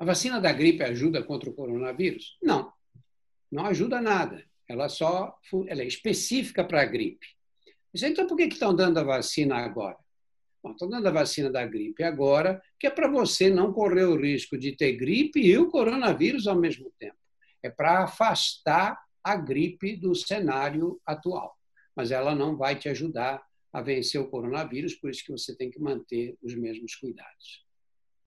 vacina da gripe ajuda contra o coronavírus? Não, não ajuda nada. Ela é específica para a gripe. Então, por que estão dando a vacina agora? Bom, estão dando a vacina da gripe agora, que é para você não correr o risco de ter gripe e o coronavírus ao mesmo tempo. É para afastar a gripe do cenário atual. Mas ela não vai te ajudar a vencer o coronavírus, por isso que você tem que manter os mesmos cuidados.